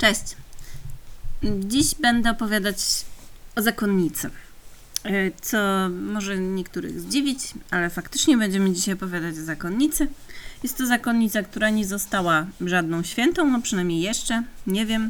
Cześć. Dziś będę opowiadać o zakonnicy, co może niektórych zdziwić, ale faktycznie będziemy dzisiaj opowiadać o zakonnicy. Jest to zakonnica, która nie została żadną świętą, no przynajmniej jeszcze, nie wiem.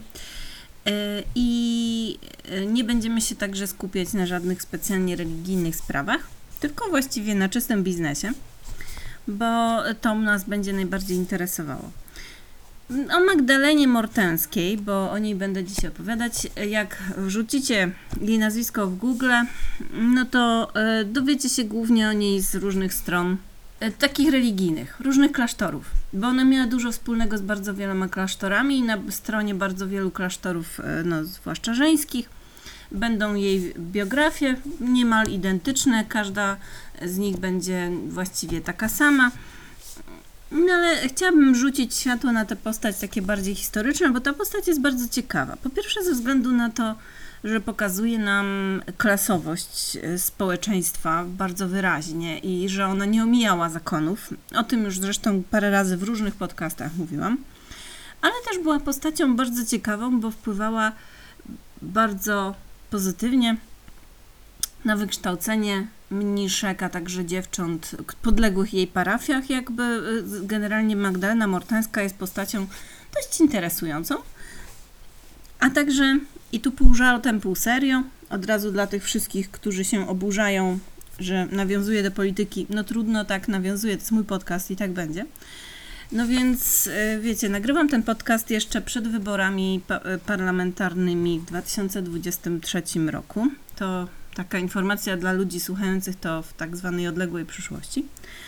I nie będziemy się także skupiać na żadnych specjalnie religijnych sprawach, tylko właściwie na czystym biznesie, bo to nas będzie najbardziej interesowało. O Magdalenie Mortenskiej, bo o niej będę dzisiaj opowiadać. Jak wrzucicie jej nazwisko w Google, no to dowiecie się głównie o niej z różnych stron, takich religijnych, różnych klasztorów, bo ona miała dużo wspólnego z bardzo wieloma klasztorami i na stronie bardzo wielu klasztorów, no, zwłaszcza żeńskich, będą jej biografie niemal identyczne, każda z nich będzie właściwie taka sama. No ale chciałabym rzucić światło na tę postać takie bardziej historyczne, bo ta postać jest bardzo ciekawa. Po pierwsze ze względu na to, że pokazuje nam klasowość społeczeństwa bardzo wyraźnie i że ona nie omijała zakonów. O tym już zresztą parę razy w różnych podcastach mówiłam. Ale też była postacią bardzo ciekawą, bo wpływała bardzo pozytywnie na wykształcenie mniszek, a także dziewcząt podległych jej parafiach. Jakby generalnie Magdalena Mortenska jest postacią dość interesującą. A także, i tu pół żartem, pół serio, od razu dla tych wszystkich, którzy się oburzają, że nawiązuje do polityki, no trudno, tak nawiązuje, to jest mój podcast i tak będzie. No więc wiecie, nagrywam ten podcast jeszcze przed wyborami parlamentarnymi w 2023 roku. To taka informacja dla ludzi słuchających to w tak zwanej odległej przyszłości.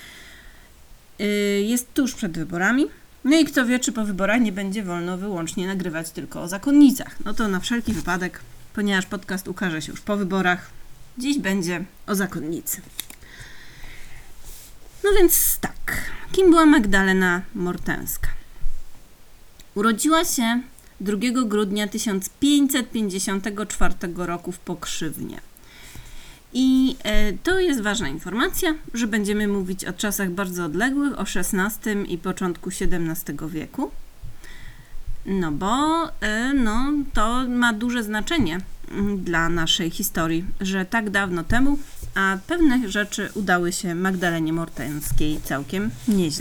Jest tuż przed wyborami. No i kto wie, czy po wyborach nie będzie wolno wyłącznie nagrywać tylko o zakonnicach. No to na wszelki wypadek, ponieważ podcast ukaże się już po wyborach, dziś będzie o zakonnicy. No więc tak, kim była Magdalena Mortenska? Urodziła się 2 grudnia 1554 roku w Pokrzywnie. I to jest ważna informacja, że będziemy mówić o czasach bardzo odległych, o XVI i początku XVII wieku. No bo to ma duże znaczenie dla naszej historii, że tak dawno temu, a pewne rzeczy udały się Magdalenie Mortenskiej całkiem nieźle.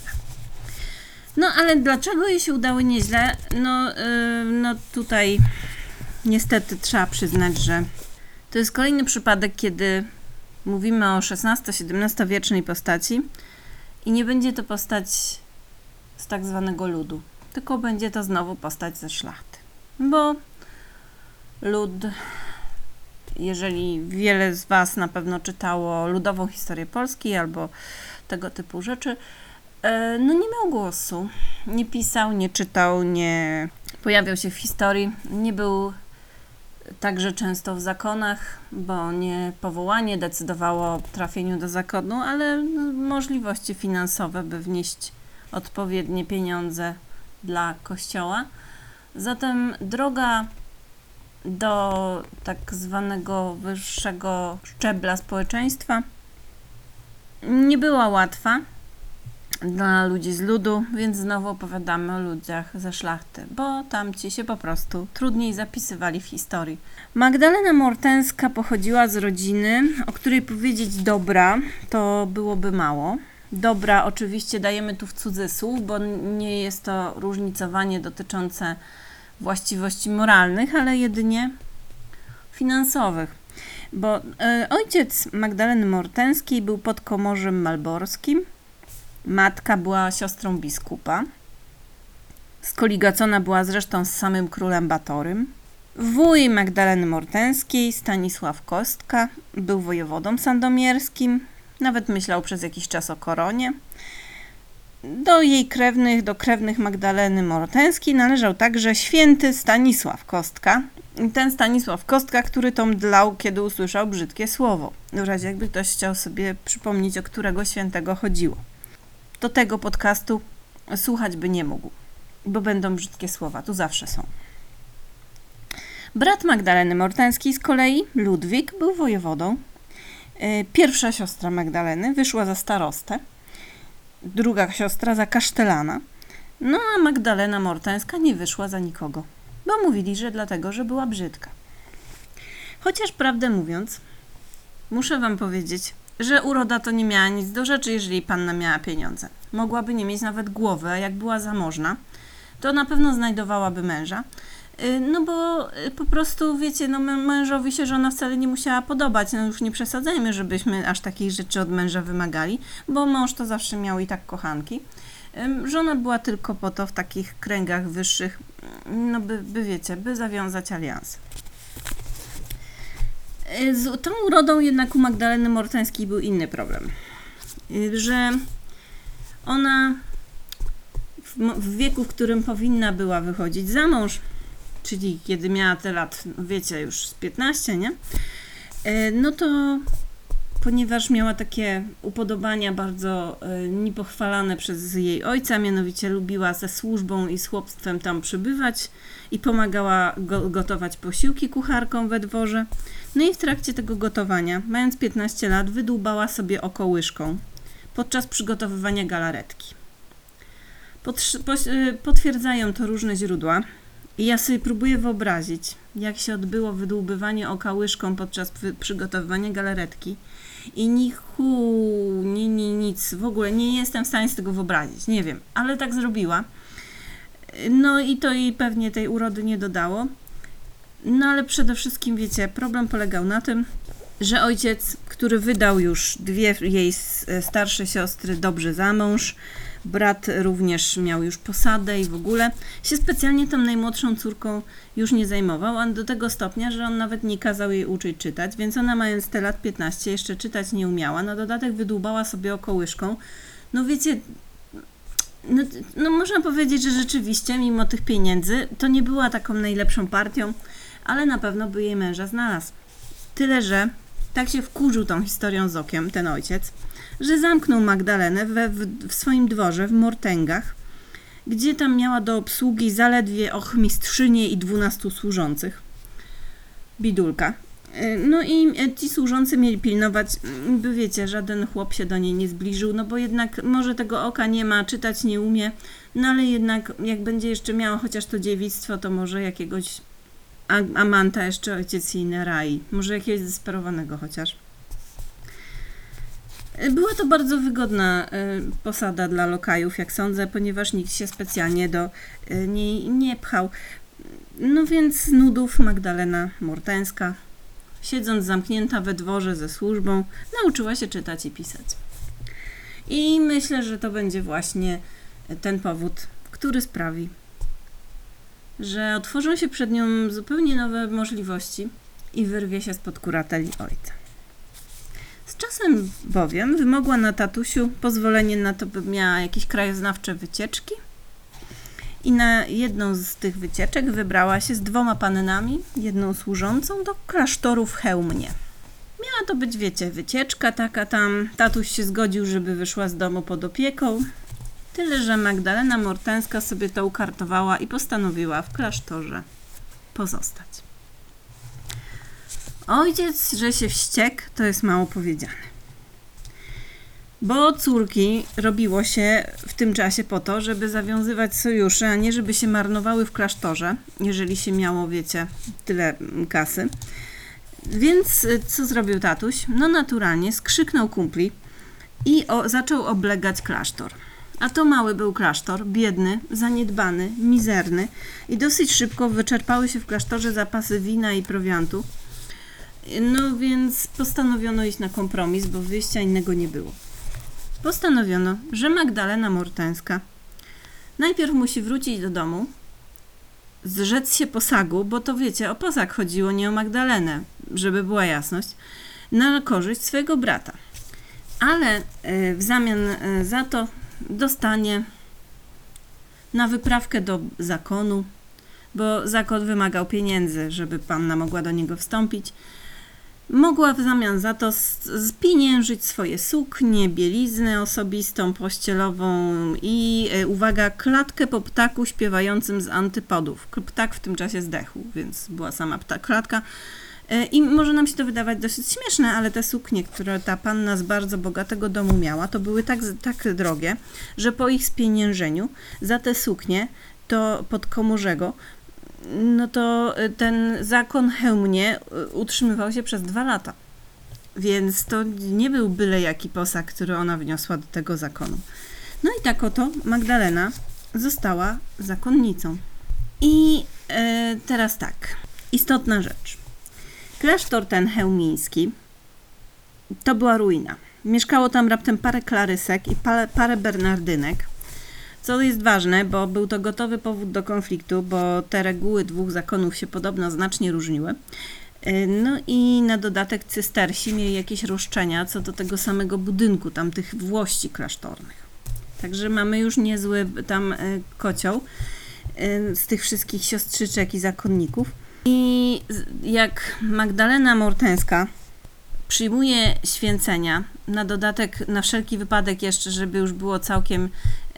No ale dlaczego jej się udały nieźle? No tutaj niestety trzeba przyznać, że to jest kolejny przypadek, kiedy mówimy o XVI-XVII wiecznej postaci i nie będzie to postać z tak zwanego ludu, tylko będzie to znowu postać ze szlachty. Bo lud, jeżeli wiele z Was na pewno czytało ludową historię Polski albo tego typu rzeczy, no nie miał głosu, nie pisał, nie czytał, nie pojawiał się w historii, nie był także często w zakonach, bo nie powołanie decydowało o trafieniu do zakonu, ale możliwości finansowe, by wnieść odpowiednie pieniądze dla kościoła. Zatem droga do tak zwanego wyższego szczebla społeczeństwa nie była łatwa dla ludzi z ludu, więc znowu opowiadamy o ludziach ze szlachty, bo tamci się po prostu trudniej zapisywali w historii. Magdalena Mortenska pochodziła z rodziny, o której powiedzieć dobra, to byłoby mało. Dobra oczywiście dajemy tu w cudzysłów, bo nie jest to różnicowanie dotyczące właściwości moralnych, ale jedynie finansowych. Bo ojciec Magdaleny Mortenskiej był podkomorzem malborskim, matka była siostrą biskupa. Skoligacona była zresztą z samym królem Batorym. Wuj Magdaleny Mortenskiej, Stanisław Kostka, był wojewodą sandomierskim. Nawet myślał przez jakiś czas o koronie. Do krewnych Magdaleny Mortenskiej należał także święty Stanisław Kostka. Ten Stanisław Kostka, który to mdlał, kiedy usłyszał brzydkie słowo. W razie jakby ktoś chciał sobie przypomnieć, o którego świętego chodziło. Do tego podcastu słuchać by nie mógł, bo będą brzydkie słowa, tu zawsze są. Brat Magdaleny Mortenskiej z kolei, Ludwik, był wojewodą. Pierwsza siostra Magdaleny wyszła za starostę, druga siostra za kasztelana, no a Magdalena Mortenska nie wyszła za nikogo. bo mówili, że dlatego, że była brzydka. Chociaż prawdę mówiąc, muszę wam powiedzieć, że uroda to nie miała nic do rzeczy, jeżeli panna miała pieniądze. Mogłaby nie mieć nawet głowy, a jak była zamożna, to na pewno znajdowałaby męża. No bo po prostu, wiecie, no mężowi się żona wcale nie musiała podobać. No już nie przesadzajmy, żebyśmy aż takich rzeczy od męża wymagali, bo mąż to zawsze miał i tak kochanki. Żona była tylko po to w takich kręgach wyższych, no wiecie, by zawiązać alians. Z tą urodą jednak u Magdaleny Mortańskiej był inny problem, że ona w wieku, w którym powinna była wychodzić za mąż, czyli kiedy miała te lat, wiecie, już z 15, nie? No to ponieważ miała takie upodobania bardzo niepochwalane przez jej ojca, mianowicie lubiła ze służbą i z chłopstwem tam przybywać i pomagała gotować posiłki kucharkom we dworze. No i w trakcie tego gotowania, mając 15 lat, wydłubała sobie oko łyżką podczas przygotowywania galaretki. Potwierdzają to różne źródła i ja sobie próbuję wyobrazić, jak się odbyło wydłubywanie oka łyżką podczas przygotowywania galaretki i nic, w ogóle nie jestem w stanie z tego wyobrazić, nie wiem, ale tak zrobiła. No i to jej pewnie tej urody nie dodało. No ale przede wszystkim, wiecie, problem polegał na tym, że ojciec, który wydał już dwie jej starsze siostry dobrze za mąż, brat również miał już posadę i w ogóle się specjalnie tą najmłodszą córką już nie zajmował, a do tego stopnia, że on nawet nie kazał jej uczyć czytać, więc ona mając te lat 15 jeszcze czytać nie umiała, na dodatek wydłubała sobie oko łyżką. No wiecie, no można powiedzieć, że rzeczywiście mimo tych pieniędzy to nie była taką najlepszą partią, ale na pewno by jej męża znalazł. Tyle, że tak się wkurzył tą historią z okiem ten ojciec, że zamknął Magdalenę w swoim dworze w Mortęgach, gdzie tam miała do obsługi zaledwie ochmistrzynię i 12 służących. Bidulka. No i ci służący mieli pilnować, by wiecie, żaden chłop się do niej nie zbliżył, no bo jednak może tego oka nie ma, czytać nie umie, no ale jednak jak będzie jeszcze miała chociaż to dziewictwo, to może jakiegoś amanta jeszcze ojciec jej narai, może jakiegoś zdesperowanego chociaż. Była to bardzo wygodna posada dla lokajów, jak sądzę, ponieważ nikt się specjalnie do niej nie pchał. No więc z nudów Magdalena Mortańska, siedząc zamknięta we dworze ze służbą, nauczyła się czytać i pisać. I myślę, że to będzie właśnie ten powód, który sprawi, że otworzą się przed nią zupełnie nowe możliwości i wyrwie się spod kurateli ojca. Z czasem bowiem wymogła na tatusiu pozwolenie na to, by miała jakieś krajoznawcze wycieczki i na jedną z tych wycieczek wybrała się z 2 pannami, jedną służącą, do klasztoru w Chełmnie. Miała to być, wiecie, wycieczka taka tam, tatuś się zgodził, żeby wyszła z domu pod opieką, tyle że Magdalena Mortańska sobie to ukartowała i postanowiła w klasztorze pozostać. Ojciec, że się wściekł, to jest mało powiedziane. Bo córki robiło się w tym czasie po to, żeby zawiązywać sojusze, a nie żeby się marnowały w klasztorze, jeżeli się miało, wiecie, tyle kasy. Więc co zrobił tatuś? No naturalnie skrzyknął kumpli i zaczął oblegać klasztor. A to mały był klasztor, biedny, zaniedbany, mizerny i dosyć szybko wyczerpały się w klasztorze zapasy wina i prowiantu. No więc postanowiono iść na kompromis, bo wyjścia innego nie było. Postanowiono, że Magdalena Mortańska najpierw musi wrócić do domu, zrzec się posagu, bo to wiecie, o posag chodziło, nie o Magdalenę, żeby była jasność, na korzyść swojego brata. Ale w zamian za to dostanie na wyprawkę do zakonu, bo zakon wymagał pieniędzy, żeby panna mogła do niego wstąpić. Mogła w zamian za to spieniężyć swoje suknie, bieliznę osobistą, pościelową i, uwaga, klatkę po ptaku śpiewającym z antypodów. Ptak w tym czasie zdechł, więc była sama klatka. I może nam się to wydawać dosyć śmieszne, ale te suknie, które ta panna z bardzo bogatego domu miała, to były tak drogie, że po ich spieniężeniu za te suknie to pod Komorzego no to ten zakon Chełmnie utrzymywał się przez 2 lata. Więc to nie był byle jaki posag, który ona wniosła do tego zakonu. No i tak oto Magdalena została zakonnicą. I teraz tak, istotna rzecz. Klasztor ten chełmiński to była ruina. Mieszkało tam raptem parę klarysek i parę bernardynek, co jest ważne, bo był to gotowy powód do konfliktu, bo te reguły 2 zakonów się podobno znacznie różniły. No i na dodatek cystersi mieli jakieś roszczenia co do tego samego budynku, tamtych włości klasztornych. Także mamy już niezły tam kocioł z tych wszystkich siostrzyczek i zakonników. I jak Magdalena Morteńska przyjmuje święcenia, na dodatek na wszelki wypadek jeszcze, żeby już było całkiem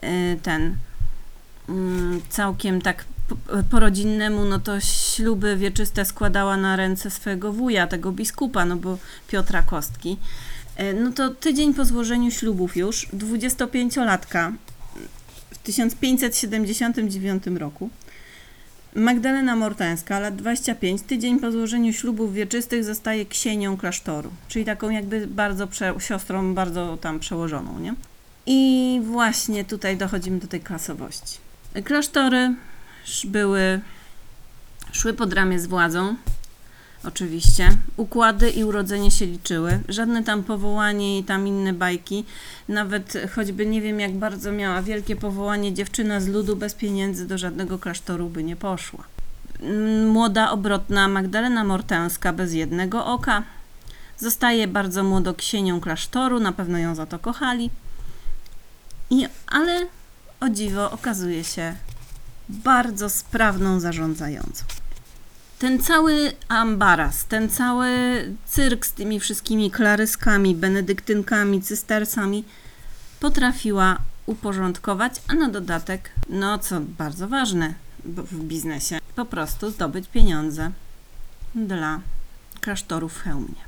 całkiem tak po rodzinnemu, no to śluby wieczyste składała na ręce swojego wuja, tego biskupa, no bo Piotra Kostki. No to tydzień po złożeniu ślubów już, 25-latka w 1579 roku, Magdalena Morteńska, lat 25, tydzień po złożeniu ślubów wieczystych zostaje księcią klasztoru, czyli taką jakby bardzo siostrą, bardzo tam przełożoną, nie? I właśnie tutaj dochodzimy do tej klasowości. Klasztory szły pod ramię z władzą, oczywiście. Układy i urodzenie się liczyły. Żadne tam powołanie i tam inne bajki. Nawet choćby nie wiem jak bardzo miała wielkie powołanie, dziewczyna z ludu bez pieniędzy do żadnego klasztoru by nie poszła. Młoda, obrotna Magdalena Morteńska bez jednego oka. Zostaje bardzo młodo księcią klasztoru, na pewno ją za to kochali. Ale o dziwo okazuje się bardzo sprawną zarządzającą. Ten cały ambaras, ten cały cyrk z tymi wszystkimi klaryskami, benedyktynkami, cystersami potrafiła uporządkować, a na dodatek, no co bardzo ważne w biznesie, po prostu zdobyć pieniądze dla klasztoru w Chełmnie.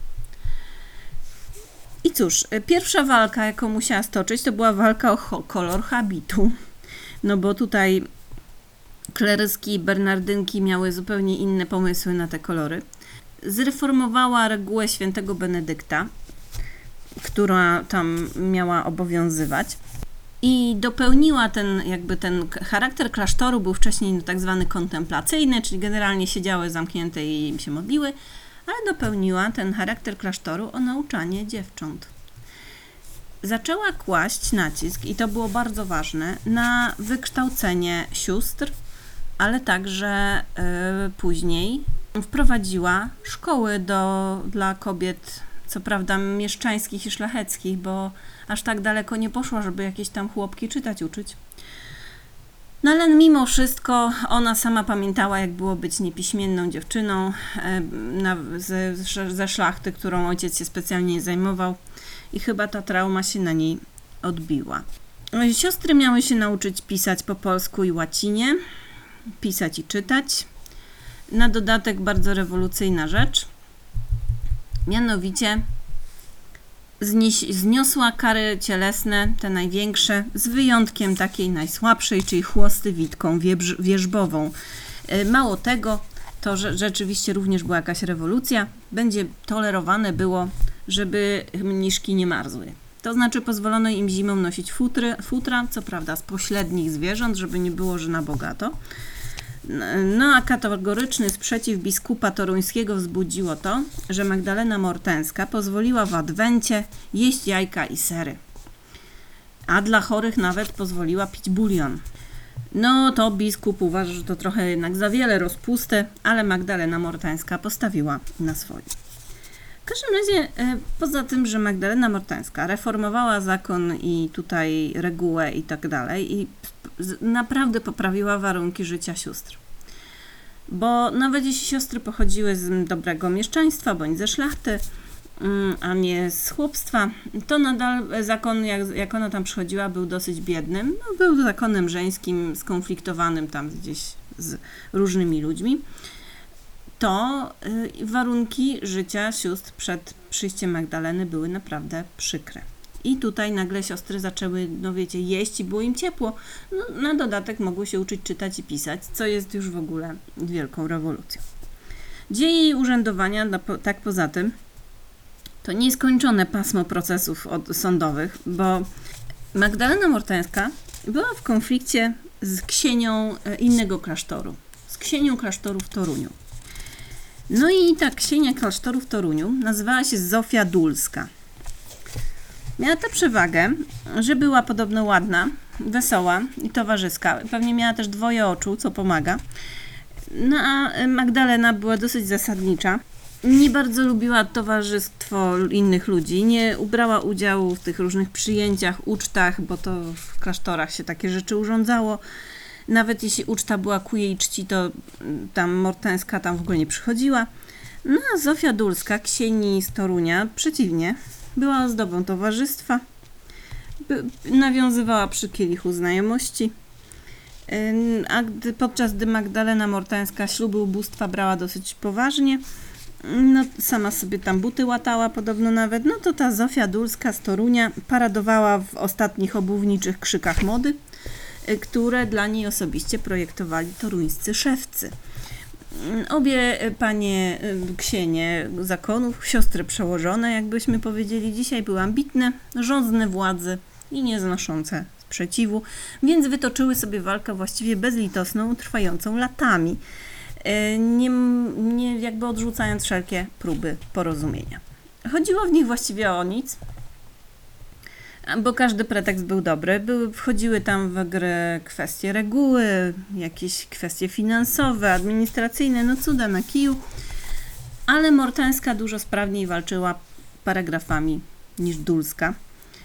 I cóż, pierwsza walka, jaką musiała stoczyć, to była walka o kolor habitu, no bo tutaj kleryski i bernardynki miały zupełnie inne pomysły na te kolory. Zreformowała regułę świętego Benedykta, która tam miała obowiązywać i dopełniła ten charakter klasztoru był wcześniej tak zwany kontemplacyjny, czyli generalnie siedziały zamknięte i się modliły, ale dopełniła ten charakter klasztoru o nauczanie dziewcząt. Zaczęła kłaść nacisk, i to było bardzo ważne, na wykształcenie sióstr, ale także później wprowadziła szkoły dla kobiet, co prawda mieszczańskich i szlacheckich, bo aż tak daleko nie poszła, żeby jakieś tam chłopki czytać uczyć. No ale mimo wszystko ona sama pamiętała, jak było być niepiśmienną dziewczyną ze szlachty, którą ojciec się specjalnie zajmował i chyba ta trauma się na niej odbiła. Siostry miały się nauczyć pisać po polsku i łacinie, pisać i czytać. Na dodatek bardzo rewolucyjna rzecz, mianowicie zniosła kary cielesne, te największe, z wyjątkiem takiej najsłabszej, czyli chłosty witką wierzbową. Mało tego, to rzeczywiście również była jakaś rewolucja, będzie tolerowane było, żeby mniszki nie marzły. To znaczy pozwolono im zimą nosić futra, co prawda z pośrednich zwierząt, żeby nie było, że na bogato. No a kategoryczny sprzeciw biskupa toruńskiego wzbudziło to, że Magdalena Morteńska pozwoliła w adwencie jeść jajka i sery. A dla chorych nawet pozwoliła pić bulion. No to biskup uważa, że to trochę jednak za wiele rozpusty, ale Magdalena Morteńska postawiła na swoje. W każdym razie, poza tym, że Magdalena Morteńska reformowała zakon i tutaj regułę i tak dalej i naprawdę poprawiła warunki życia sióstr. Bo nawet jeśli siostry pochodziły z dobrego mieszczaństwa bądź ze szlachty, a nie z chłopstwa, to nadal zakon, jak ona tam przychodziła, był dosyć biednym. No, był zakonem żeńskim, skonfliktowanym tam gdzieś z różnymi ludźmi. To warunki życia sióstr przed przyjściem Magdaleny były naprawdę przykre. I tutaj nagle siostry zaczęły, no wiecie, jeść i było im ciepło. No, na dodatek mogły się uczyć czytać i pisać, co jest już w ogóle wielką rewolucją. Dzieje jej urzędowania, tak poza tym, to nieskończone pasmo procesów sądowych, bo Magdalena Mortęska była w konflikcie z ksienią innego klasztoru, z ksienią klasztoru w Toruniu. No i ta księcia klasztoru w Toruniu nazywała się Zofia Dulska. Miała tę przewagę, że była podobno ładna, wesoła i towarzyska. Pewnie miała też dwoje oczu, co pomaga. No a Magdalena była dosyć zasadnicza. Nie bardzo lubiła towarzystwo innych ludzi. Nie brała udziału w tych różnych przyjęciach, ucztach, bo to w klasztorach się takie rzeczy urządzało. Nawet jeśli uczta była ku jej czci, to tam Mortęska tam w ogóle nie przychodziła. No a Zofia Dulska, ksieni z Torunia, przeciwnie, była ozdobą towarzystwa, nawiązywała przy kielichu znajomości, a podczas gdy Magdalena Mortęska śluby ubóstwa brała dosyć poważnie, no sama sobie tam buty łatała podobno nawet, no to ta Zofia Dulska z Torunia paradowała w ostatnich obuwniczych krzykach mody, które dla niej osobiście projektowali toruńscy szewcy. Obie panie księcie zakonów, siostry przełożone, jakbyśmy powiedzieli, dzisiaj były ambitne, żądne władzy i nieznoszące sprzeciwu, więc wytoczyły sobie walkę właściwie bezlitosną, trwającą latami, nie jakby odrzucając wszelkie próby porozumienia. Chodziło w nich właściwie o nic, bo każdy pretekst był dobry. Wchodziły tam w grę kwestie reguły, jakieś kwestie finansowe, administracyjne, no cuda na kiju, ale Mortęska dużo sprawniej walczyła paragrafami niż Dulska.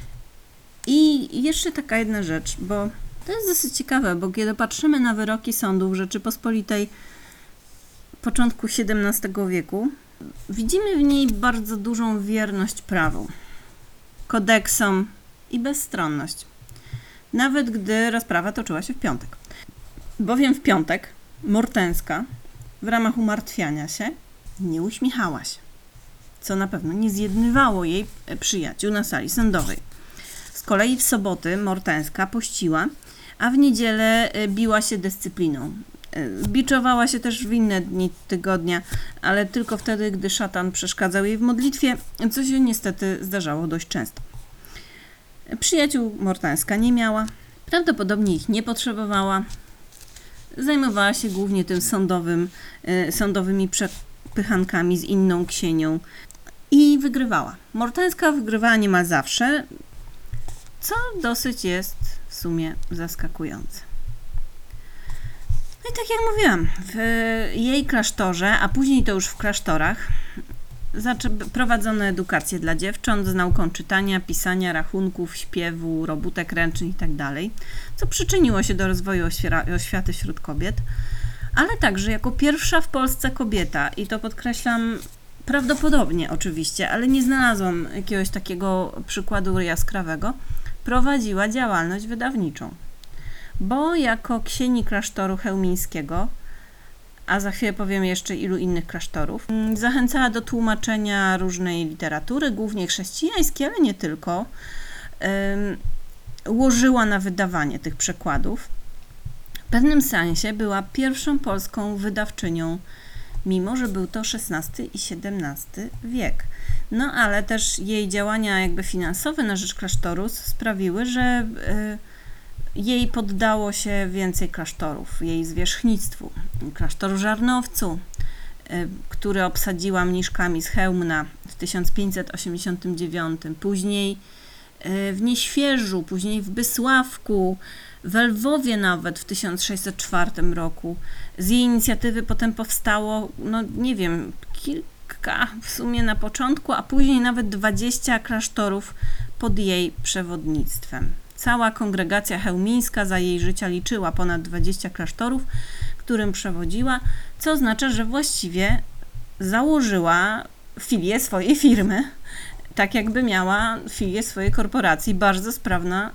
I jeszcze taka jedna rzecz, bo to jest dosyć ciekawe, bo kiedy patrzymy na wyroki sądów Rzeczypospolitej początku XVII wieku, widzimy w niej bardzo dużą wierność prawu, kodeksom i bezstronność. Nawet gdy rozprawa toczyła się w piątek. Bowiem w piątek Mortęska w ramach umartwiania się nie uśmiechała się, co na pewno nie zjednywało jej przyjaciół na sali sądowej. Z kolei w soboty Mortęska pościła, a w niedzielę biła się dyscypliną. Biczowała się też w inne dni tygodnia, ale tylko wtedy, gdy szatan przeszkadzał jej w modlitwie, co się niestety zdarzało dość często. Przyjaciół Mortęska nie miała, prawdopodobnie ich nie potrzebowała. Zajmowała się głównie tym sądowymi przepychankami z inną ksienią i wygrywała. Mortęska wygrywała niemal zawsze, co dosyć jest w sumie zaskakujące. No i tak jak mówiłam, w jej klasztorze, a później to już w klasztorach, prowadzono edukację dla dziewcząt z nauką czytania, pisania, rachunków, śpiewu, robótek ręcznych itd., co przyczyniło się do rozwoju oświaty wśród kobiet, ale także jako pierwsza w Polsce kobieta, i to podkreślam prawdopodobnie oczywiście, ale nie znalazłam jakiegoś takiego przykładu jaskrawego, prowadziła działalność wydawniczą. Bo jako księgi klasztoru chełmińskiego, a za chwilę powiem jeszcze ilu innych klasztorów, zachęcała do tłumaczenia różnej literatury, głównie chrześcijańskiej, ale nie tylko. Łożyła na wydawanie tych przekładów. W pewnym sensie była pierwszą polską wydawczynią, mimo że był to XVI i XVII wiek. No ale też jej działania jakby finansowe na rzecz klasztoru sprawiły, że jej poddało się więcej klasztorów, jej zwierzchnictwu. Klasztor Żarnowcu, który obsadziła mniszkami z Chełmna w 1589, później w Nieświeżu, później w Bysławku, w Lwowie nawet w 1604 roku. Z jej inicjatywy potem powstało, no nie wiem, kilka w sumie na początku, a później nawet 20 klasztorów pod jej przewodnictwem. Cała kongregacja chełmińska za jej życia liczyła ponad 20 klasztorów, którym przewodziła, co oznacza, że właściwie założyła filię swojej firmy, tak jakby miała filię swojej korporacji, bardzo sprawna,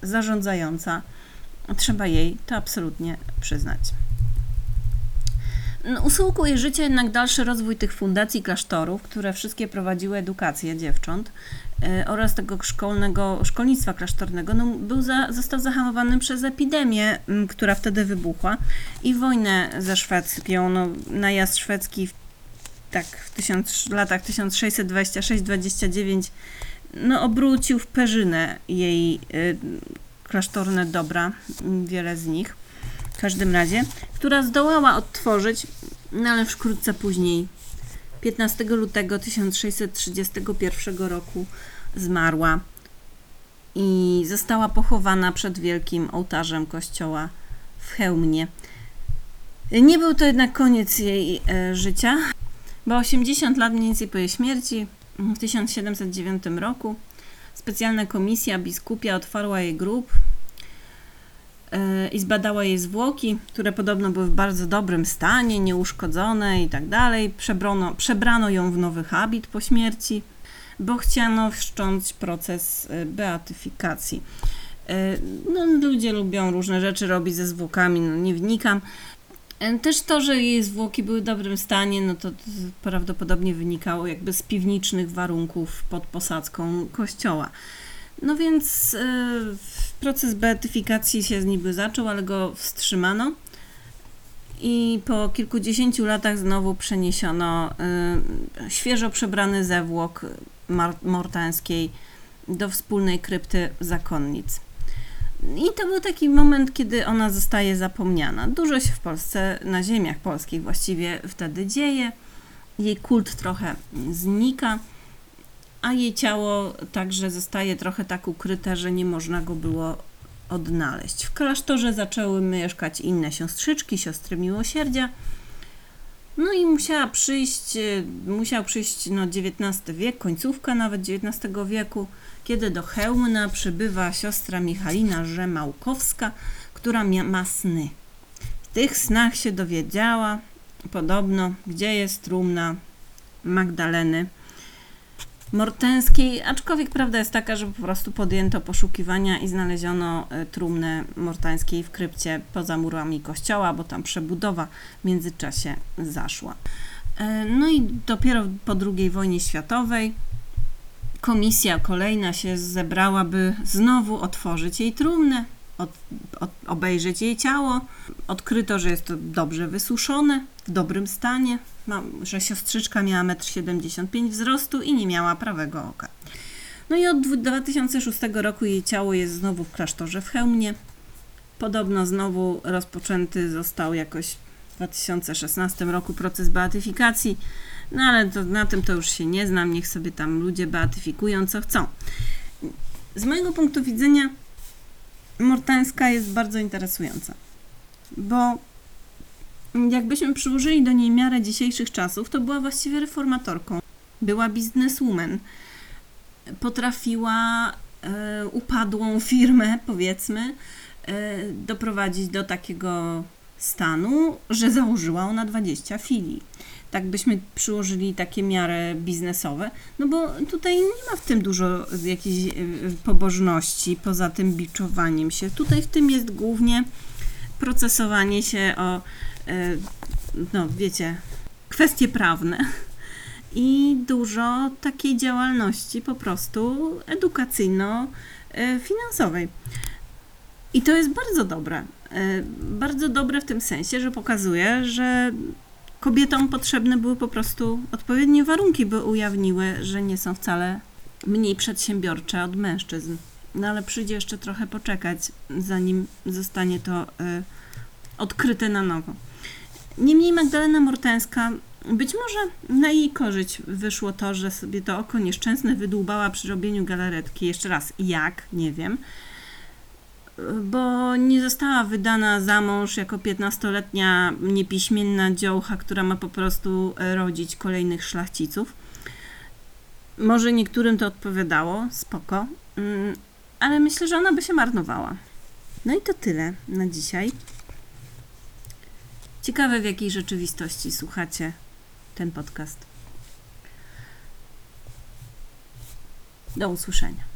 zarządzająca. Trzeba jej to absolutnie przyznać. Usyłku jej życia jednak dalszy rozwój tych fundacji klasztorów, które wszystkie prowadziły edukację dziewcząt oraz tego szkolnictwa klasztornego, został zahamowany przez epidemię, która wtedy wybuchła i wojnę ze Szwecją. Najazd szwedzki w latach 1626-29 obrócił w perzynę jej klasztorne dobra, wiele z nich w każdym razie, która zdołała odtworzyć, ale wkrótce później, 15 lutego 1631 roku zmarła i została pochowana przed wielkim ołtarzem kościoła w Chełmnie. Nie był to jednak koniec jej życia, bo 80 lat mniej więcej po jej śmierci, w 1709 roku, specjalna komisja biskupia otwarła jej grób i zbadała jej zwłoki, które podobno były w bardzo dobrym stanie, nieuszkodzone i tak dalej. Przebrano ją w nowy habit po śmierci, bo chciano wszcząć proces beatyfikacji. Ludzie lubią różne rzeczy robić ze zwłokami, nie wnikam. Też to, że jej zwłoki były w dobrym stanie, to prawdopodobnie wynikało jakby z piwniczych warunków pod posadzką kościoła. Więc proces beatyfikacji się niby zaczął, ale go wstrzymano i po kilkudziesięciu latach znowu przeniesiono świeżo przebrany zewłok Mortańskiej do wspólnej krypty zakonnic. I to był taki moment, kiedy ona zostaje zapomniana. Dużo się w Polsce, na ziemiach polskich właściwie wtedy dzieje. Jej kult trochę znika, a jej ciało także zostaje trochę tak ukryte, że nie można go było odnaleźć. W klasztorze zaczęły mieszkać inne siostrzyczki, siostry miłosierdzia. I musiał przyjść XIX wiek, końcówka nawet XIX wieku, kiedy do Chełmna przybywa siostra Michalina Rzemałkowska, która ma sny. W tych snach się dowiedziała podobno, gdzie jest trumna Magdaleny Mortęskiej, aczkolwiek prawda jest taka, że po prostu podjęto poszukiwania i znaleziono trumnę Mortańskiej w krypcie poza murami kościoła, bo tam przebudowa w międzyczasie zaszła. I dopiero po II wojnie światowej komisja kolejna się zebrała, by znowu otworzyć jej trumnę, obejrzeć jej ciało. Odkryto, że jest to dobrze wysuszone, w dobrym stanie, że siostrzyczka miała 1,75 m wzrostu i nie miała prawego oka. I od 2006 roku jej ciało jest znowu w klasztorze w Chełmnie. Podobno znowu rozpoczęty został jakoś w 2016 roku proces beatyfikacji, ale na tym to już się nie znam, niech sobie tam ludzie beatyfikują co chcą. Z mojego punktu widzenia Mortańska jest bardzo interesująca, bo jakbyśmy przyłożyli do niej miarę dzisiejszych czasów, to była właściwie reformatorką. Była bizneswoman. Potrafiła upadłą firmę, powiedzmy, doprowadzić do takiego stanu, że założyła ona 20 filii. Tak byśmy przyłożyli takie miary biznesowe, bo tutaj nie ma w tym dużo jakiejś pobożności, poza tym biczowaniem się. Tutaj w tym jest głównie procesowanie się o, kwestie prawne i dużo takiej działalności po prostu edukacyjno-finansowej. I to jest bardzo dobre. Bardzo dobre w tym sensie, że pokazuje, że kobietom potrzebne były po prostu odpowiednie warunki, by ujawniły, że nie są wcale mniej przedsiębiorcze od mężczyzn. Ale przyjdzie jeszcze trochę poczekać, zanim zostanie to odkryte na nowo. Niemniej Magdalena Mortańska, być może na jej korzyść wyszło to, że sobie to oko nieszczęsne wydłubała przy robieniu galaretki. Jeszcze raz, jak? Nie wiem. Bo nie została wydana za mąż jako 15-letnia niepiśmienna dziołcha, która ma po prostu rodzić kolejnych szlachciców. Może niektórym to odpowiadało, spoko, ale myślę, że ona by się marnowała. I to tyle na dzisiaj. Ciekawe, w jakiej rzeczywistości słuchacie ten podcast. Do usłyszenia.